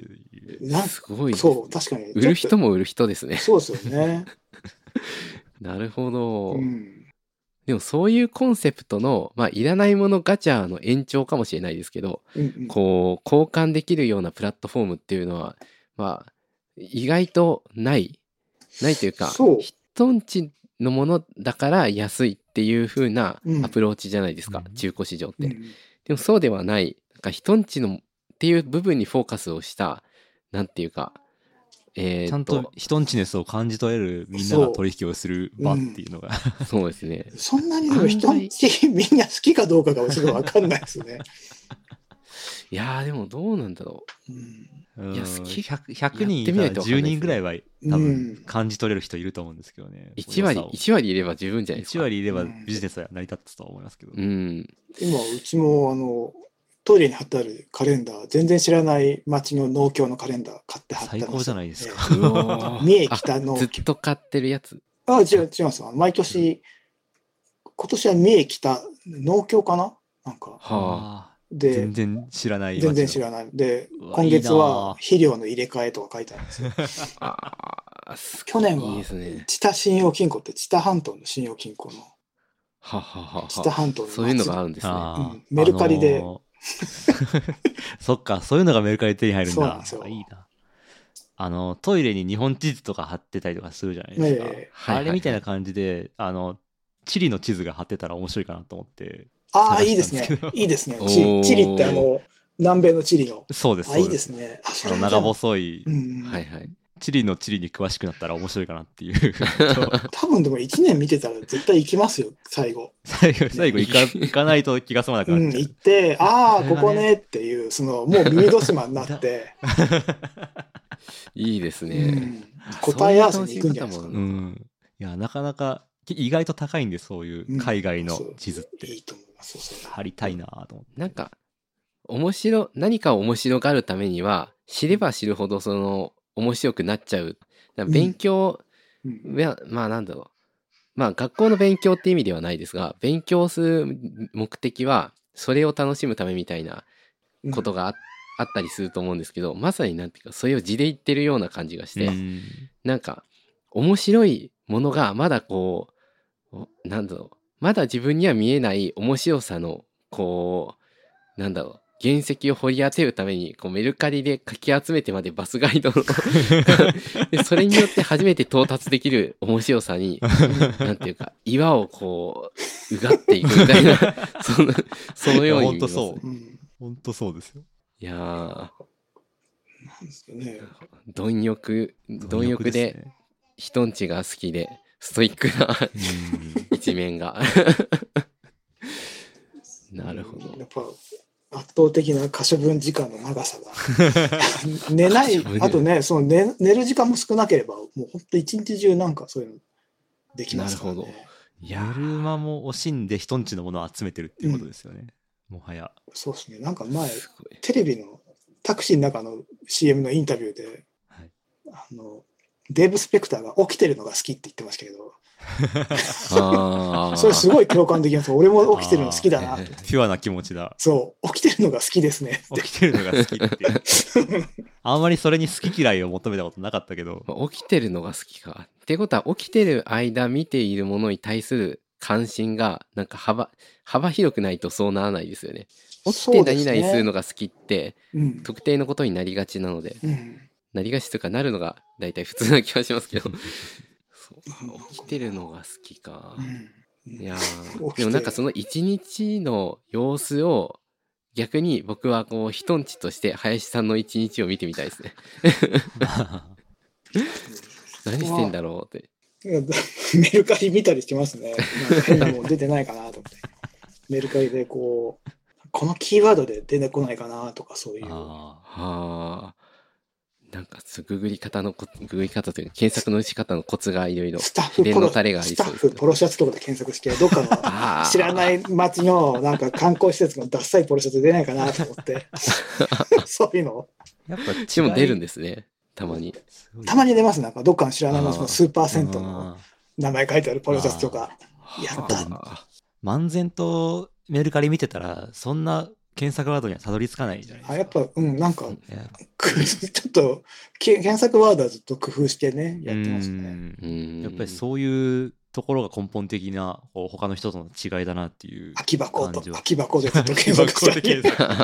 すごいですね。 そう、確かに。 売る人も売る人ですね。 そうですよね。 なるほど。でもそういうコンセプトの、いらないものガチャの延長かもしれないですけど、こう、交換できるようなプラットフォームっていうのは、意外とないというか、人んちのものだから安いっていう風なアプローチじゃないですか、中古市場って。でもそうではない、なんか人んちのっていう部分にフォーカスをした、なんていうか、 ちゃんと人んちネスを感じ取れるみんなが取引をする場っていうのが、 そうですね。 そんなにでも人んちみんな好きかどうかがちょっと分かんないですね。 いやでもどうなんだろう。いや好き 100人いたら10人ぐらいは多分感じ取れる人いると思うんですけどね。 1割いれば十分じゃないですか。 1割いればビジネスは成り立つとは思いますけど。 今うちもトイレに貼ってあるカレンダー、全然知らない町の農協のカレンダー買って貼って最高じゃないですか。 三重北農協。ずっと買ってるやつ。 違います。毎年、今年は三重北農協かななんか。で、 全然知らない。 全然知らない。で、今月は肥料の入れ替えとか書いてあるんですよ。去年は、知多信用金庫って知多半島の信用金庫の。知多半島の。 そういうのがあるんですね。 メルカリで。 そっか、そういうのがメルカリで手に入るんだ。 そうなんですよ。 いいな。トイレに日本地図とか貼ってたりとかするじゃないですか。あれみたいな感じで、チリの地図が貼ってたら面白いかなと思って。 いいですね。いいですね。チリって南米のチリの。 そうです。 いいですね。 長細い。 はいはい。 チリの地理に詳しくなったら面白いかなっていう。 多分でも1年見てたら絶対行きますよ、最後。 最後行かないと気が済まなくなっちゃう。 行って、ここねっていう、もう耳戸島になって。 いいですね。 答え合わせに行くんじゃないですか。 いや、なかなか意外と高いんで、そういう海外の地図って。 いいと思います。 貼りたいなと思って。 なんか、何かを面白がるためには、知れば知るほど面白くなっちゃう。勉強は、なんだろう。学校の勉強って意味ではないですが、勉強する目的は、それを楽しむためみたいなことがあったりすると思うんですけど、まさになんていうか、それを地で言ってるような感じがして、なんか、面白いものがまだなんだろう、 まだ自分には見えない面白さのこうなんだろう原石を掘り当てるためにこうメルカリでかき集めてまでバスガイドのでそれによって初めて到達できる面白さになんていうか岩をこううがっていくみたいなそのように見ます。 本当そうですよ。 いやーなんですかね、 貪欲で人んちが好きでストイックな一面がなるほど。 やっぱ圧倒的な可処分時間の長さが寝ないあとね、その 寝る時間も少なければもうほんと一日中なんかそういうのできますからね。 なるほど。 いや寝る間も惜しんで人んちのものを集めてるっていうことですよね、もはや。 そうですね。なんか前テレビのタクシーの中の CM のインタビューで、はい、デーブ・スペクターが起きてるのが好きって言ってましたけどそれすごい共感できます。俺も起きてるの好きだなって。 ピュアな気持ちだ。 そう起きてるのが好きですねって。 起きてるのが好きってあんまりそれに好き嫌いを求めたことなかったけど、 起きてるのが好きかってことは起きてる間見ているものに対する関心がなんか幅広くないとそうならないですよね。起きて何々するのが好きって、特定のことになりがちなので、なりがちとかなるのが大体普通な気がしますけどそう起きてるのが好きか、いやでもなんかその一日の様子を逆に僕はこう人んちとして林さんの一日を見てみたいですね何してんだろうってメルカリ見たりしてますね。なんか変なもん出てないかなと思ってメルカリでこのキーワードで出てこないかなとかそういう。 なんかググり方というか検索の仕方のコツがいろいろスタッフポロシャツとかで検索してどっかの知らない街のなんか観光施設のダッサいポロシャツ出ないかなと思ってそういうのやっぱでも出るんですね。たまに出ます。なんかどっかの知らない街のスーパー銭湯の名前書いてあるポロシャツとかやった。 漫然とメルカリ見てたらそんな検索ワードにはたどり着かないじゃないですか。 やっぱなんかちょっと検索ワードはずっと工夫してねやってますね。 やっぱりそういうところが根本的な他の人との違いだなっていう空き箱でずっと検索して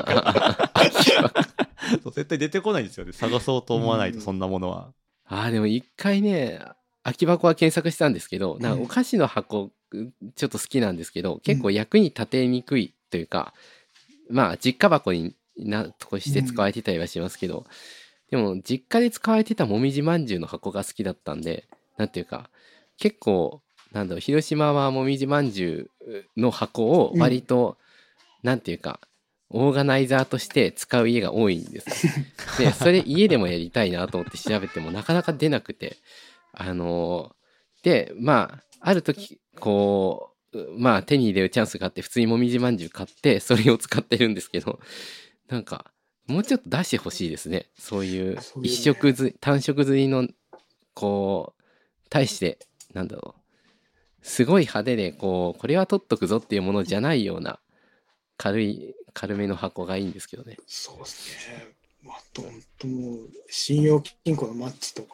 絶対出てこないんですよね。探そうと思わないとそんなものは。 でも一回ね空き箱は検索したんですけど、なんかお菓子の箱ちょっと好きなんですけど、結構役に立てにくいというか、まあ実家箱にとして使われてたりはしますけど、でも実家で使われてたもみじまんじゅうの箱が好きだったんで、なんていうか結構なんだろう、広島はもみじまんじゅうの箱を割と、なんていうかオーガナイザーとして使う家が多いんです。でそれ家でもやりたいなと思って調べてもなかなか出なくて、でまあある時こうまあ手に入れるチャンスがあって普通にもみじまんじゅう買ってそれを使ってるんですけど、なんかもうちょっと出してほしいですね。そういう単色刷りのこう対してなんだろう、すごい派手でこれは取っとくぞっていうものじゃないような軽めの箱がいいんですけどね。 そうですね。あと本当もう信用金庫のマッチとか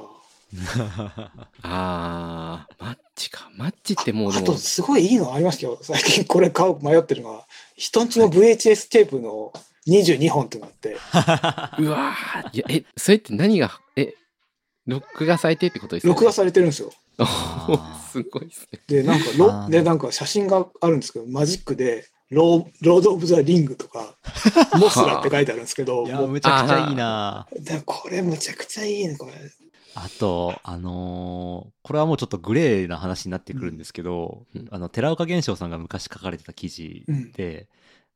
マッチってもうあとすごいいいのありますけど、最近これ買う迷ってるのは人んちの VHS テープの22本ってなってうわいやそれって何が録画されてってことですか？ 録画されてるんですよ。 すごいですね。 でなんか写真があるんですけど、マジックでロード・オブ・ザ・リングとかモスラって書いてあるんですけど、 いやむちゃくちゃいいな。 これむちゃくちゃいいねこれ。 あとこれはもうちょっとグレーな話になってくるんですけど、寺岡源証さんが昔書かれてた記事で、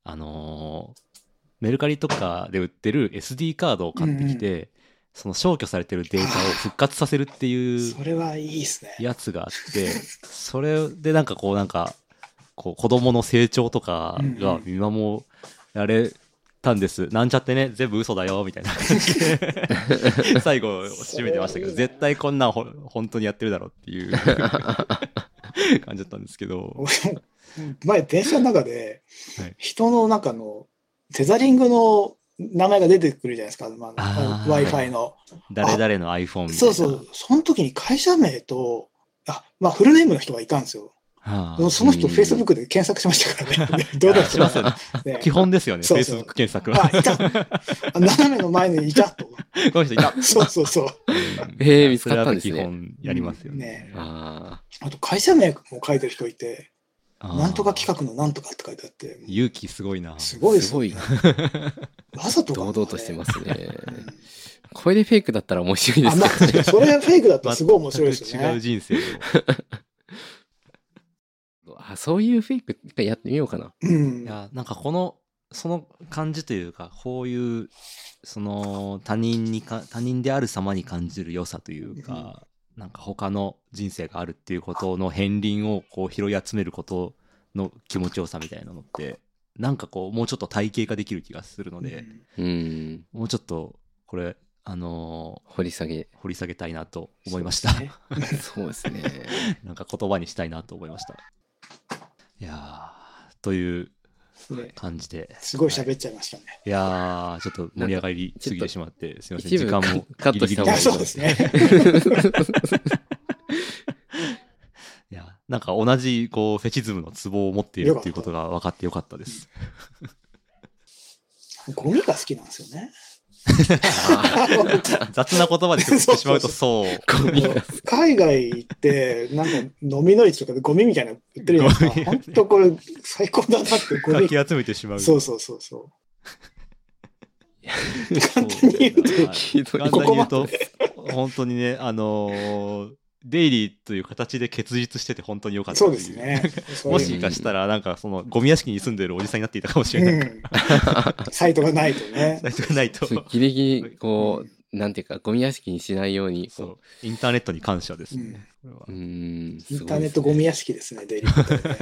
メルカリとかで売ってる SD カードを買ってきて、その消去されてるデータを復活させるっていうそれはいいですね。 やつがあって、それでなんか子供の成長とかが見守られたんです。なんちゃってね全部嘘だよみたいな感じで最後締めてましたけど、絶対こんなん本当にやってるだろうっていう感じだったんですけど、 前電車の中で人の中のテザリングの名前が出てくるじゃないですか、Wi-Fi の誰々の iPhone みたいな。 そうその時に会社名とフルネームの人がいたんですよ。 その人、Facebook で検索しましたからね。どうだったね。基本ですよね、Facebook 検索は。 いた。斜めの前にいたと。この人いた。 そうそうそう。 見つかったんですね。 基本やりますよね。 あと、会社名も書いてる人いて、なんとか企画のなんとかって書いてあって。 勇気すごいな。 すごいですね。わざと堂々としてますね。これでフェイクだったら面白いですね。それフェイクだったらすごい面白いですね。 違う人生を。 そういうフェイクやってみようかな。 いや、なんかその感じというか、こういうその他人である様に感じる良さというか、なんか他の人生があるっていうことの片鱗をこう拾い集めることの気持ちよさみたいなのって、なんかこうもうちょっと体系化できる気がするので、もうちょっとこれ掘り下げたいなと思いました。 そうですね。 なんか言葉にしたいなと思いました。いやー、という感じで、 すごい喋っちゃいましたね。 いやー、ちょっと盛り上がりすぎてしまって、すみません、時間もカットした方がいい。 そうですね。 いや、なんか同じこうフェチズムのツボを持っているっていうことが分かってよかったです。 ゴミが好きなんですよね。 雑な言葉で言ってしまうとそう。 海外行って、なんか飲みの市とかでゴミみたいなの売ってるじゃないですか。本当これ最高だなってゴミ。 かき集めてしまう。 そう。簡単に言うと、 本当にね、デイリーという形で結実してて本当に良かった。そうですね。もしかしたら、なんかそのゴミ屋敷に住んでるおじさんになっていたかもしれない。 サイトがないとね。 サイトがないと。 ギリギリ、こう、なんていうか、ゴミ屋敷にしないように。 そう。インターネットに感謝ですね。 インターネットゴミ屋敷ですね、デイリ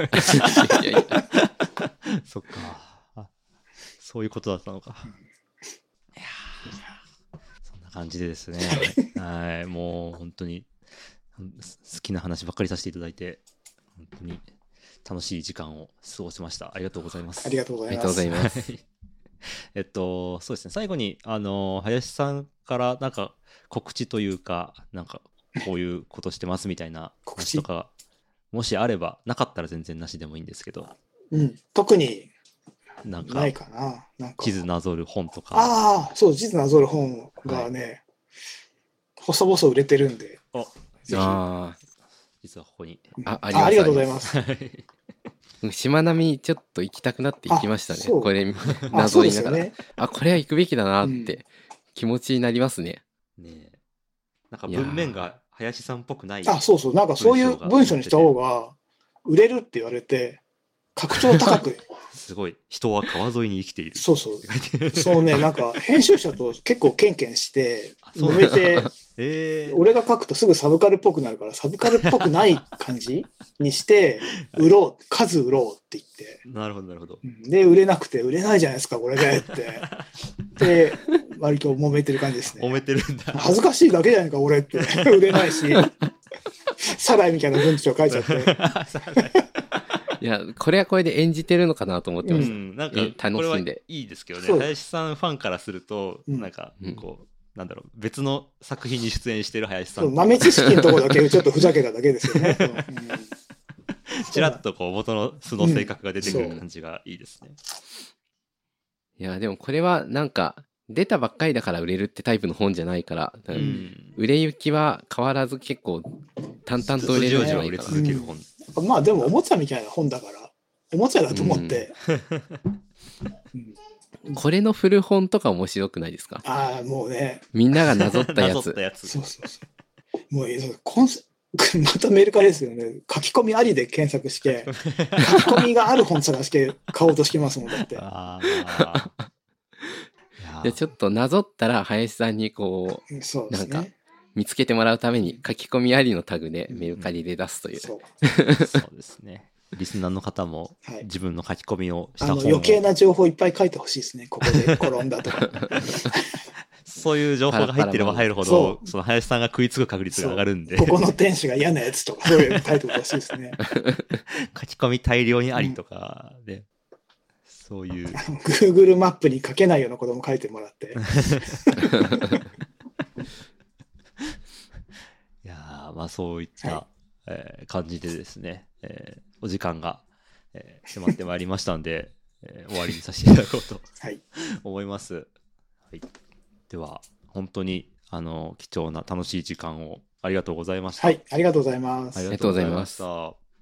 ー。 そっか。そういうことだったのか。いやそんな感じでですね。はい。もう本当に。好きな話ばっかりさせていただいて本当に楽しい時間を過ごせました。ありがとうございます。 ありがとうございます。 そうですね、最後に林さんからなんか告知というか、なんかこういうことしてますみたいな話とかもしあれば、なかったら全然なしでもいいんですけど、 特になんかないかな。なんか地図なぞる本とか。 ああ、そう、地図なぞる本がね、細々売れてるんで。 実はここにありがとうございます。 しまなみちょっと行きたくなって行きましたね。これ謎言いながら、これは行くべきだなって気持ちになりますね。 なんか文面が林さんっぽくない。 そうなんかそういう文章にした方が売れるって言われて、格調高く。 すごい。人は川沿いに生きている。 そうね、なんか編集者と結構ケンケンして揉めて、俺が書くとすぐサブカルっぽくなるから、サブカルっぽくない感じにして数売ろうって言って。 なるほど。 で売れなくて、売れないじゃないですかこれでって。で割と揉めてる感じですね。 揉めてるんだ。 恥ずかしいだけじゃないか俺って。売れないし、サライみたいな文章書いちゃって。 いや、これはこれで演じてるのかなと思ってました。 なんかこれはいいですけどね。林さんファンからすると、なんかこう、なんだろう、別の作品に出演してる林さん。 豆知識のところだけちょっとふざけただけですよね。 ちらっとこう元の素の性格が出てくる感じがいいですね。 いや、でもこれはなんか出たばっかりだから売れるってタイプの本じゃないから、売れ行きは変わらず結構淡々と売れるんじゃないかな。 まあでもおもちゃみたいな本だからおもちゃだと思って、 これの古本とか面白くないですか？ もうね、 みんながなぞったやつ。 そうもうまたメルカリですよね。書き込みありで検索して書き込みがある本探して買おうとしてますもんだって。 でちょっとなぞったら林さんにこう、なんか見つけてもらうために書き込みありのタグでメルカリで出すという。 そうですね。リスナーの方も自分の書き込みをした本を余計な情報いっぱい書いてほしいですね。ここで転んだとか。 そういう情報が入ってれば入るほど、その林さんが食いつく確率が上がるんで。 ここの店主が嫌なやつとか、そういうの書いてほしいですね。 書き込み大量にありとかで、そういう。 Google マップに書けないようなことも書いてもらって。 いやまあそういった、 感じでですね、お時間が、迫ってまいりましたんで、終わりにさせていただこうと思います。はい、では本当に貴重な楽しい時間をありがとうございました。 はい、ありがとうございます。 ありがとうございました。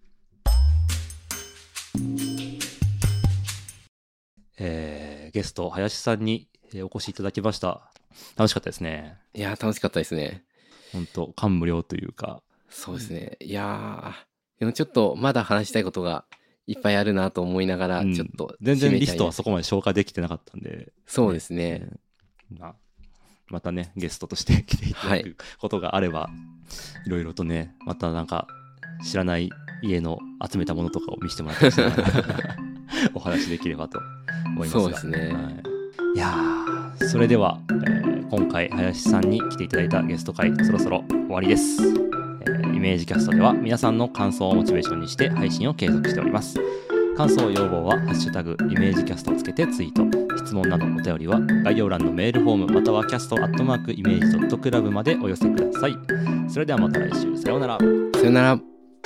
ゲスト林さんにお越しいただきました。楽しかったですね。 いや楽しかったですね。 本当感無量というか。 そうですね。いやでもちょっとまだ話したいことがいっぱいあるなと思いながら、ちょっと、 全然リストはそこまで消化できてなかったんで。 そうですね。 またね、ゲストとして来ていただくことがあれば、いろいろとね、またなんか知らない家の集めたものとかを見せてもらったりしながらお話できればと思いますが。 そうですね。 いやー、それでは、今回林さんに来ていただいたゲスト会、そろそろ終わりです。イメージキャストでは皆さんの感想をモチベーションにして配信を継続しております。感想要望はハッシュタグイメージキャストをつけてツイート、質問などお便りは概要欄のメールフォームまたはcast@image.club までお寄せください。それではまた来週、さようなら。 さようなら。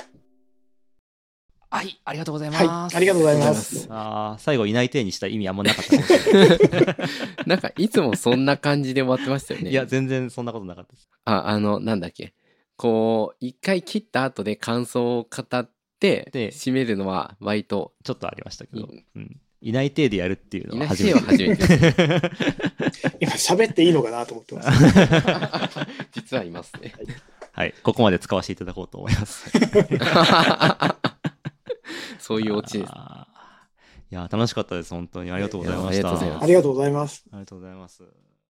はい、ありがとうございます。 はい、ありがとうございます。 最後いない体にした意味あんまなかったかもしれないなんかいつもそんな感じで終わってましたよね。 いや全然そんなことなかったです。 なんだっけ、こう一回切った後で感想を語って締めるのは割とちょっとありましたけど、いない体でやるっていうのは初めて。 今喋っていいのかなと思ってます。 実はいますね。 はい、ここまで使わせていただこうと思います。 そういうオチです。 いや楽しかったです。本当にありがとうございました。 ありがとうございます。 ありがとうございます。